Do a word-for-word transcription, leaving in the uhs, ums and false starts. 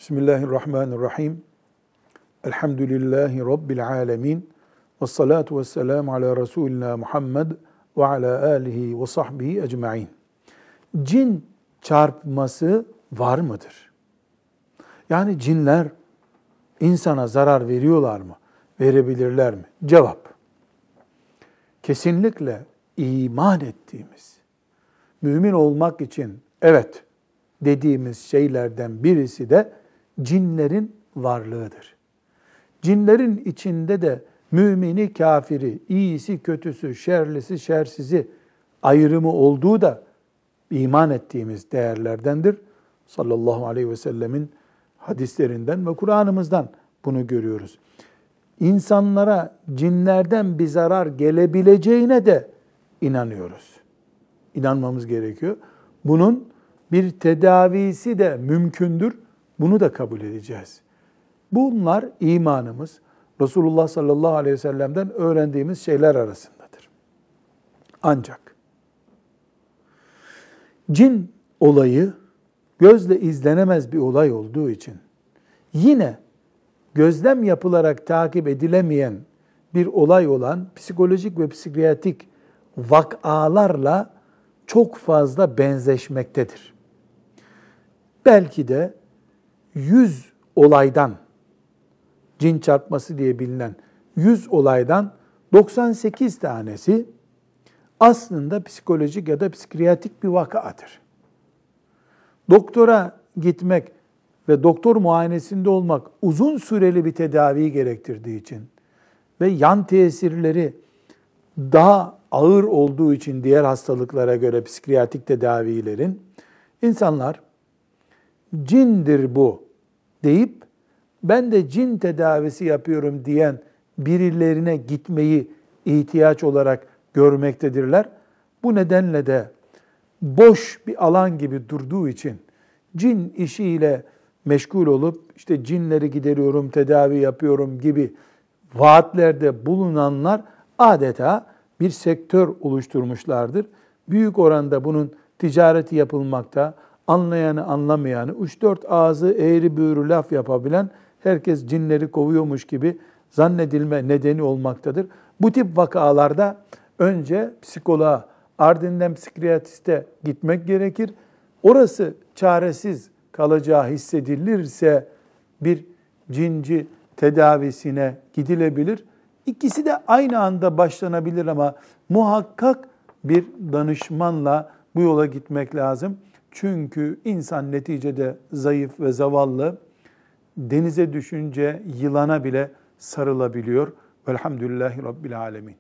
Bismillahirrahmanirrahim. Elhamdülillahi Rabbil alemin. Ve salatu ve selamu ala Resulina Muhammed ve ala alihi ve sahbihi ecma'in. Cin çarpması var mıdır? Yani cinler insana zarar veriyorlar mı? Verebilirler mi? Cevap: kesinlikle iman ettiğimiz, mümin olmak için evet dediğimiz şeylerden birisi de cinlerin varlığıdır. Cinlerin içinde de mümini, kafiri, iyisi, kötüsü, şerlisi, şersizi ayrımı olduğu da iman ettiğimiz değerlerdendir. Sallallahu aleyhi ve sellemin hadislerinden ve Kur'an'ımızdan bunu görüyoruz. İnsanlara cinlerden bir zarar gelebileceğine de inanıyoruz. İnanmamız gerekiyor. Bunun bir tedavisi de mümkündür. Bunu da kabul edeceğiz. Bunlar imanımız, Resulullah sallallahu aleyhi ve sellem'den öğrendiğimiz şeyler arasındadır. Ancak cin olayı gözle izlenemez bir olay olduğu için yine gözlem yapılarak takip edilemeyen bir olay olan psikolojik ve psikiyatrik vakalarla çok fazla benzeşmektedir. Belki de yüz olaydan, cin çarpması diye bilinen yüz olaydan doksan sekiz tanesi aslında psikolojik ya da psikiyatrik bir vakadır. Doktora gitmek ve doktor muayenesinde olmak uzun süreli bir tedavi gerektirdiği için ve yan tesirleri daha ağır olduğu için diğer hastalıklara göre psikiyatrik tedavilerin, insanlar cindir bu deyip ben de cin tedavisi yapıyorum diyen birilerine gitmeyi ihtiyaç olarak görmektedirler. Bu nedenle de boş bir alan gibi durduğu için cin işiyle meşgul olup işte cinleri gideriyorum, tedavi yapıyorum gibi vaatlerde bulunanlar adeta bir sektör oluşturmuşlardır. Büyük oranda bunun ticareti yapılmakta, anlayanı anlamayanı, üç dört ağzı eğri büğrü laf yapabilen herkes cinleri kovuyormuş gibi zannedilme nedeni olmaktadır. Bu tip vakalarda önce psikoloğa, ardından psikiyatriste gitmek gerekir. Orası çaresiz kalacağı hissedilirse bir cinci tedavisine gidilebilir. İkisi de aynı anda başlanabilir ama muhakkak bir danışmanla bu yola gitmek lazım. Çünkü insan neticede zayıf ve zavallı, denize düşünce yılana bile sarılabiliyor. Velhamdülillahi Rabbil alemin.